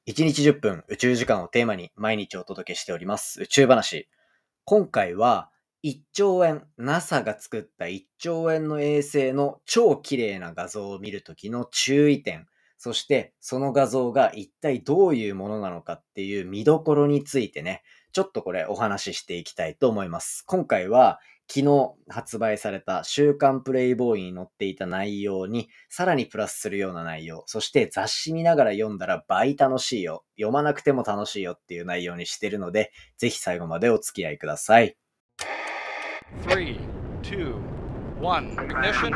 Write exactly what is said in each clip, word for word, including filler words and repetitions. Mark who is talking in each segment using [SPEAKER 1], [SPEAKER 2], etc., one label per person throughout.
[SPEAKER 1] いちにちじゅっぷん宇宙時間をテーマに毎日お届けしております宇宙話。今回はいっちょうえん、ナサ が作ったいっちょうえんの衛星の超綺麗な画像を見るときの注意点、そしてその画像が一体どういうものなのかっていう見どころについてね、ちょっとこれお話ししていきたいと思います。今回は昨日発売された週刊プレイボーイに載っていた内容にさらにプラスするような内容、そして雑誌見ながら読んだら倍楽しいよ、読まなくても楽しいよっていう内容にしてるので、ぜひ最後までお付き合いください。
[SPEAKER 2] Three, two, one, ignition.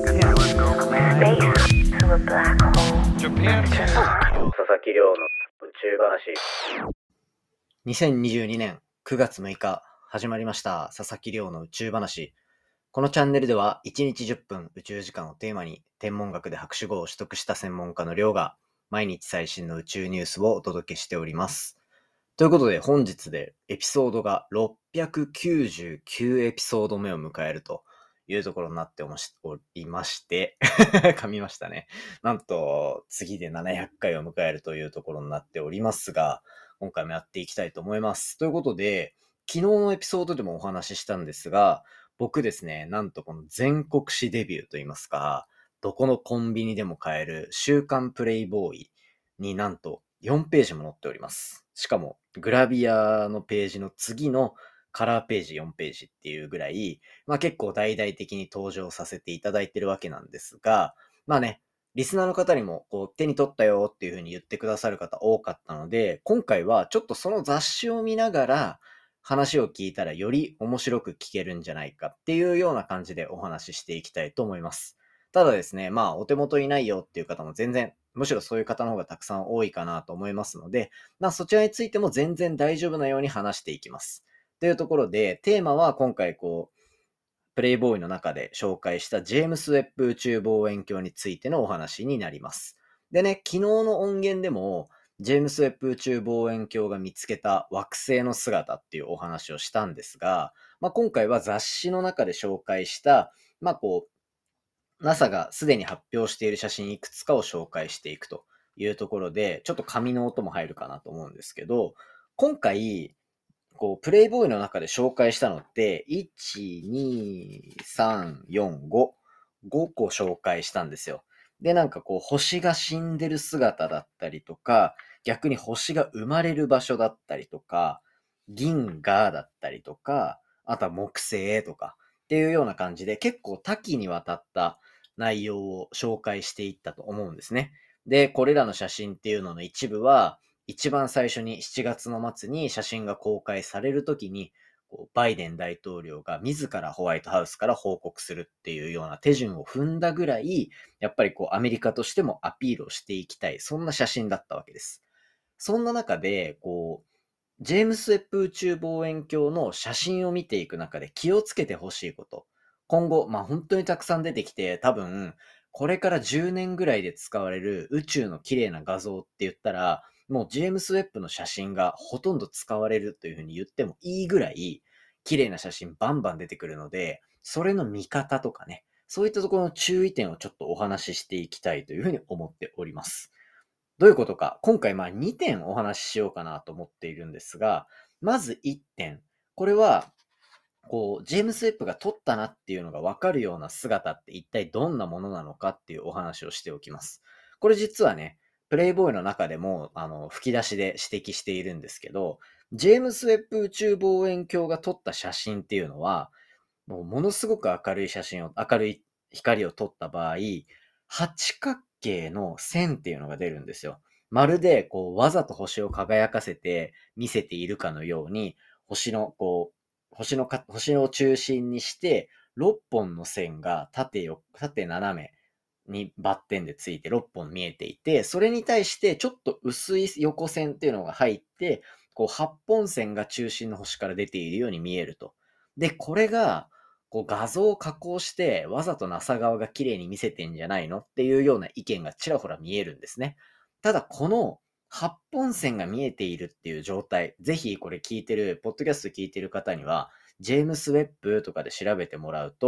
[SPEAKER 2] Japan.
[SPEAKER 1] 佐々木亮の宇宙話。にせんにじゅうにねんくがつむいか始まりました佐々木亮の宇宙話。このチャンネルではいちにちじゅっぷん宇宙時間をテーマに天文学で博士号を取得した専門家の亮が毎日最新の宇宙ニュースをお届けしております。ということで本日でエピソードがろっぴゃくきゅうじゅうきゅうエピソード目を迎えるというところになっておりまして噛みましたね。なんと次でななひゃっかいを迎えるというところになっておりますが、今回もやっていきたいと思います。ということで昨日のエピソードでもお話ししたんですが、僕ですね、なんとこの全国紙デビューといいますか、どこのコンビニでも買える週刊プレイボーイになんとよんページも載っております。しかもグラビアのページの次のカラーページよんページっていうぐらい、まあ結構大々的に登場させていただいてるわけなんですが、まあね、リスナーの方にもこう手に取ったよっていう風に言ってくださる方多かったので、今回はちょっとその雑誌を見ながら話を聞いたらより面白く聞けるんじゃないかっていうような感じでお話ししていきたいと思います。ただですね、まあお手元にないよっていう方も全然、むしろそういう方の方がたくさん多いかなと思いますので、まあそちらについても全然大丈夫なように話していきます。というところで、テーマは今回こう、プレイボーイの中で紹介したジェームス・ウェッブ宇宙望遠鏡についてのお話になります。でね、昨日の音源でも、ジェームス・ウェッブ宇宙望遠鏡が見つけた惑星の姿っていうお話をしたんですが、まあ、今回は雑誌の中で紹介した、まあこう、ナサ がすでに発表している写真いくつかを紹介していくというところで、ちょっと紙の音も入るかなと思うんですけど、今回、こう、プレイボーイの中で紹介したのって、いち、に、さん、よん、ご、ごこ紹介したんですよ。で、なんかこう、星が死んでる姿だったりとか、逆に星が生まれる場所だったりとか、銀河だったりとか、あとは木星とかっていうような感じで、結構多岐にわたった内容を紹介していったと思うんですね。で、これらの写真っていうのの一部は、一番最初にしちがつの末に写真が公開されるときに、こうバイデン大統領が自らホワイトハウスから報告するっていうような手順を踏んだぐらい、やっぱりこうアメリカとしてもアピールをしていきたい、そんな写真だったわけです。そんな中で、こう、ジェームス・ウェッブ宇宙望遠鏡の写真を見ていく中で気をつけてほしいこと。今後、まあ本当にたくさん出てきて、多分、これからじゅうねんぐらいで使われる宇宙の綺麗な画像って言ったら、もうジェームス・ウェッブの写真がほとんど使われるというふうに言ってもいいぐらい、綺麗な写真バンバン出てくるので、それの見方とかね、そういったところの注意点をちょっとお話ししていきたいというふうに思っております。どういうことか。今回まあにてんお話ししようかなと思っているんですが、まずいってん。これは、こう、ジェームス・ウェッブが撮ったなっていうのがわかるような姿って一体どんなものなのかっていうお話をしておきます。これ実はね、プレイボーイの中でも、あの、吹き出しで指摘しているんですけど、ジェームス・ウェッブ宇宙望遠鏡が撮った写真っていうのは、もうものすごく明るい写真を、明るい光を撮った場合、八角形の線っていうのが出るんですよ。まるで、こう、わざと星を輝かせて見せているかのように、星の、こう、星のか、星を中心にして、ろっぽんの線が縦よ、縦斜めにバッテンでついてろっぽん見えていて、それに対してちょっと薄い横線っていうのが入って、こうはっぽん線が中心の星から出ているように見えると。で、これが、こう画像を加工して、わざと ナサ 側が綺麗に見せてんじゃないのっていうような意見がちらほら見えるんですね。ただ、このはっぽん線が見えているっていう状態、ぜひこれ聞いてる、ポッドキャスト聞いてる方には、ジェームス・ウェッブとかで調べてもらうと、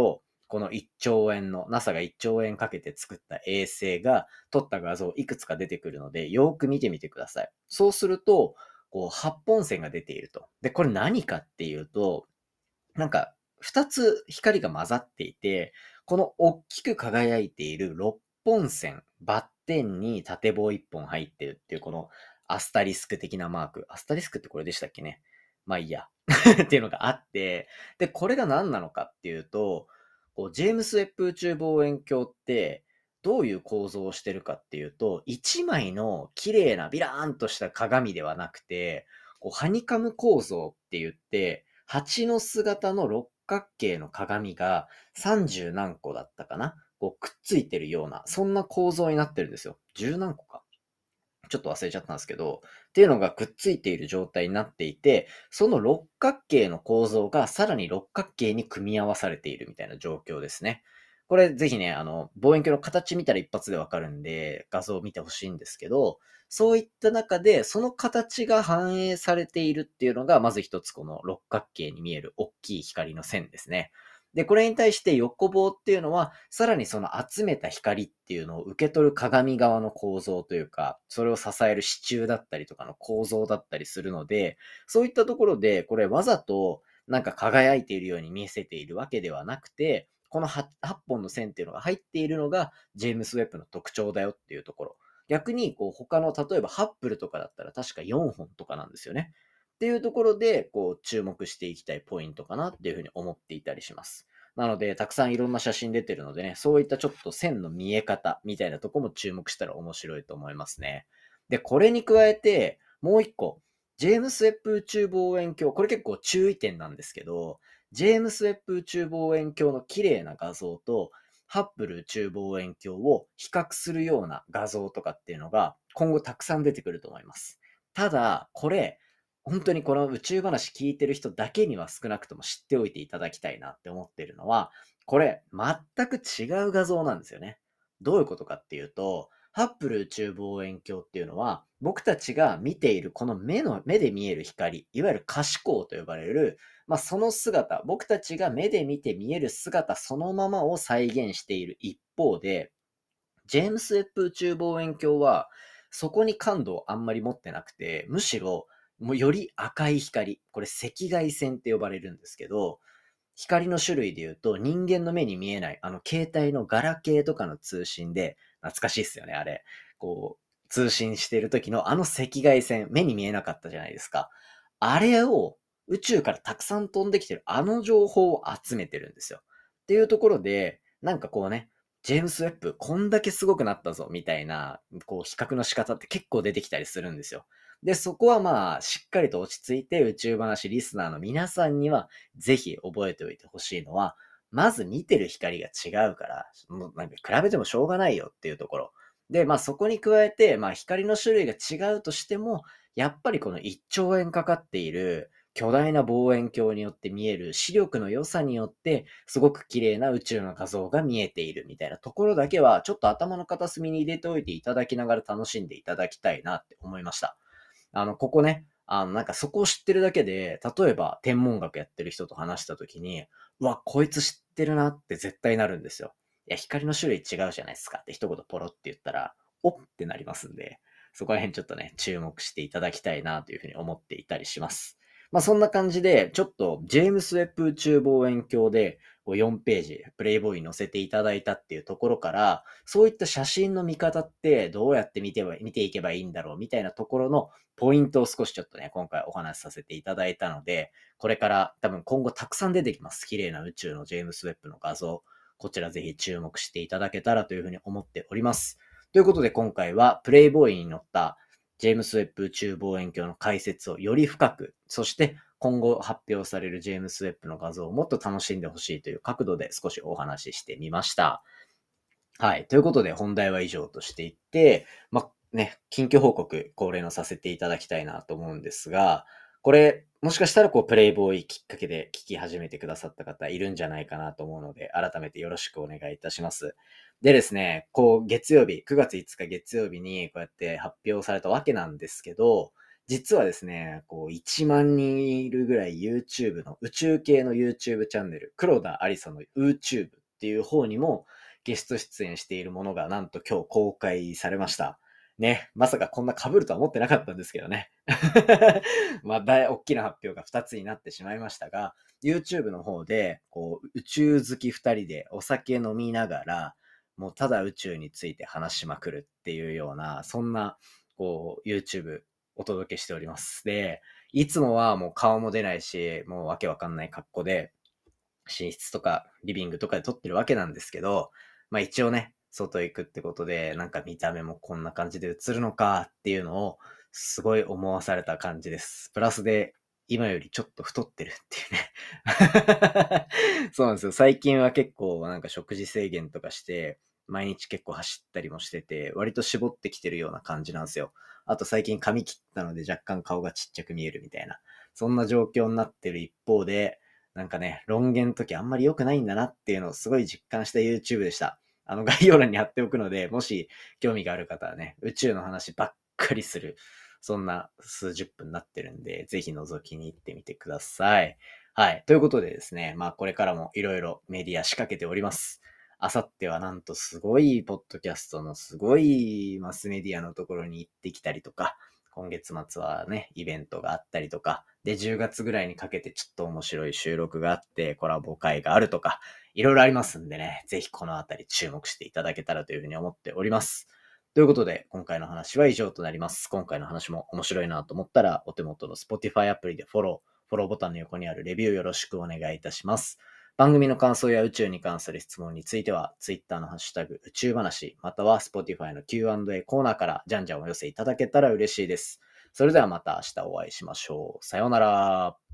[SPEAKER 1] このいっちょうえんの、ナサ がいっちょうえんかけて作った衛星が撮った画像いくつか出てくるので、よーく見てみてください。そうすると、こう、はっぽん線が出ていると。で、これ何かっていうと、なんか、二つ光が混ざっていて、この大きく輝いているろっぽん線、バッテンに縦棒いっぽん入ってるっていうこのアスタリスク的なマーク。アスタリスクってこれでしたっけね。まあいいや。っていうのがあって、で、これが何なのかっていうと、こうジェームス・ウェッブ宇宙望遠鏡ってどういう構造をしてるかっていうと、一枚の綺麗なビラーンとした鏡ではなくて、こうハニカム構造って言って、蜂の姿の六角形の鏡がさんじゅう何個だったかな、こうくっついてるような、そんな構造になってるんですよ。じゅう何個か。ちょっと忘れちゃったんですけど、っていうのがくっついている状態になっていて、その六角形の構造がさらに六角形に組み合わされているみたいな状況ですね。これぜひね、あの、望遠鏡の形見たら一発でわかるんで、画像を見てほしいんですけど、そういった中で、その形が反映されているっていうのが、まず一つこの六角形に見える大きい光の線ですね。で、これに対して横棒っていうのは、さらにその集めた光っていうのを受け取る鏡側の構造というか、それを支える支柱だったりとかの構造だったりするので、そういったところで、これわざとなんか輝いているように見せているわけではなくて、この はっぽんの線っていうのが入っているのが、ジェームス・ウェッブの特徴だよっていうところ。逆に、こう、他の、例えばハッブルとかだったら確かよんほんとかなんですよね。っていうところで、こう、注目していきたいポイントかなっていうふうに思っていたりします。なので、たくさんいろんな写真出てるのでね、そういったちょっと線の見え方みたいなとこも注目したら面白いと思いますね。で、これに加えて、もう一個、ジェームス・ウェッブ宇宙望遠鏡、これ結構注意点なんですけど、ジェームス・ウェッブ宇宙望遠鏡の綺麗な画像と、ハッブル宇宙望遠鏡を比較するような画像とかっていうのが今後たくさん出てくると思います。ただ、これ、本当にこの宇宙話聞いてる人だけには少なくとも知っておいていただきたいなって思ってるのは、これ、全く違う画像なんですよね。どういうことかっていうと、ハッブル宇宙望遠鏡っていうのは、僕たちが見ているこの目の、目で見える光、いわゆる可視光と呼ばれる、まあ、その姿、僕たちが目で見て見える姿そのままを再現している一方で、ジェームス・ウェッブ宇宙望遠鏡は、そこに感度をあんまり持ってなくて、むしろ、もうより赤い光、これ赤外線って呼ばれるんですけど、光の種類で言うと、人間の目に見えない、あの携帯のガラケーとかの通信で、懐かしいっすよね、あれ。こう、通信してる時のあの赤外線、目に見えなかったじゃないですか。あれを宇宙からたくさん飛んできてるあの情報を集めてるんですよ。っていうところで、なんかこうね、ジェームス・ウェッブ、こんだけすごくなったぞ、みたいな、こう、比較の仕方って結構出てきたりするんですよ。で、そこはまあ、しっかりと落ち着いて宇宙話リスナーの皆さんには、ぜひ覚えておいてほしいのは、まず見てる光が違うから、もうなんか比べてもしょうがないよっていうところ。で、まあそこに加えて、まあ光の種類が違うとしても、やっぱりこのいっちょうえんかかっている巨大な望遠鏡によって見える視力の良さによって、すごく綺麗な宇宙の画像が見えているみたいなところだけは、ちょっと頭の片隅に入れておいていただきながら楽しんでいただきたいなって思いました。あの、ここね、あの、なんかそこを知ってるだけで、例えば天文学やってる人と話したときに、うわ、こいつ知ってるなって絶対なるんですよ。いや、光の種類違うじゃないですかって一言ポロって言ったら、おってなりますんで、そこら辺ちょっとね、注目していただきたいなというふうに思っていたりします。まあそんな感じで、ちょっとジェームス・ウェッブ宇宙望遠鏡でよんページ、プレイボーイに載せていただいたっていうところから、そういった写真の見方ってどうやって見てば見ていけばいいんだろうみたいなところのポイントを少しちょっとね、今回お話しさせていただいたので、これから多分今後たくさん出てきます。綺麗な宇宙のジェームス・ウェッブの画像。こちらぜひ注目していただけたらというふうに思っております。ということで今回はプレイボーイに載ったジェームス・ウェッブ宇宙望遠鏡の解説をより深く、そして今後発表されるジェームス・ウェッブの画像をもっと楽しんでほしいという角度で少しお話ししてみました。はい。ということで本題は以上としていって、ま、ね、近況報告恒例のさせていただきたいなと思うんですが、これ、もしかしたらこう、プレイボーイきっかけで聞き始めてくださった方いるんじゃないかなと思うので、改めてよろしくお願いいたします。でですね、こう、月曜日、くがついつか月曜日にこうやって発表されたわけなんですけど、実はですね、こう、いちまんにんいるぐらい YouTube の、宇宙系の YouTube チャンネル、黒田ありさの YouTube っていう方にもゲスト出演しているものがなんと今日公開されました。ね、まさかこんな被るとは思ってなかったんですけどね。まあ、大、大きな発表がふたつになってしまいましたが、YouTube の方で、こう、宇宙好きふたりでお酒飲みながら、もうただ宇宙について話しまくるっていうような、そんな、こう、YouTube お届けしております。で、いつもはもう顔も出ないし、もうわけわかんない格好で、寝室とかリビングとかで撮ってるわけなんですけど、まあ一応ね、外行くってことで、なんか見た目もこんな感じで映るのかっていうのを、すごい思わされた感じです。プラスで、今よりちょっと太ってるっていうね。そうなんですよ。最近は結構なんか食事制限とかして、毎日結構走ったりもしてて、割と絞ってきてるような感じなんですよ。あと最近髪切ったので若干顔がちっちゃく見えるみたいな。そんな状況になってる一方で、なんかね、論言の時あんまり良くないんだなっていうのをすごい実感した YouTube でした。あの概要欄に貼っておくので、もし興味がある方はね、宇宙の話ばっかりする、そんな数十分になってるんで、ぜひ覗きに行ってみてください。はい。ということでですね、まあこれからもいろいろメディア仕掛けております。あさってはなんとすごいポッドキャストのすごいマスメディアのところに行ってきたりとか、今月末はね、イベントがあったりとか、で、じゅうがつぐらいにかけてちょっと面白い収録があって、コラボ会があるとか、いろいろありますんでね、ぜひこのあたり注目していただけたらというふうに思っております。ということで、今回の話は以上となります。今回の話も面白いなと思ったら、お手元の Spotify アプリでフォロー、フォローボタンの横にあるレビューよろしくお願いいたします。番組の感想や宇宙に関する質問については、Twitter のハッシュタグ宇宙話、または Spotify の キューアンドエー コーナーからじゃんじゃんお寄せいただけたら嬉しいです。それではまた明日お会いしましょう。さようなら。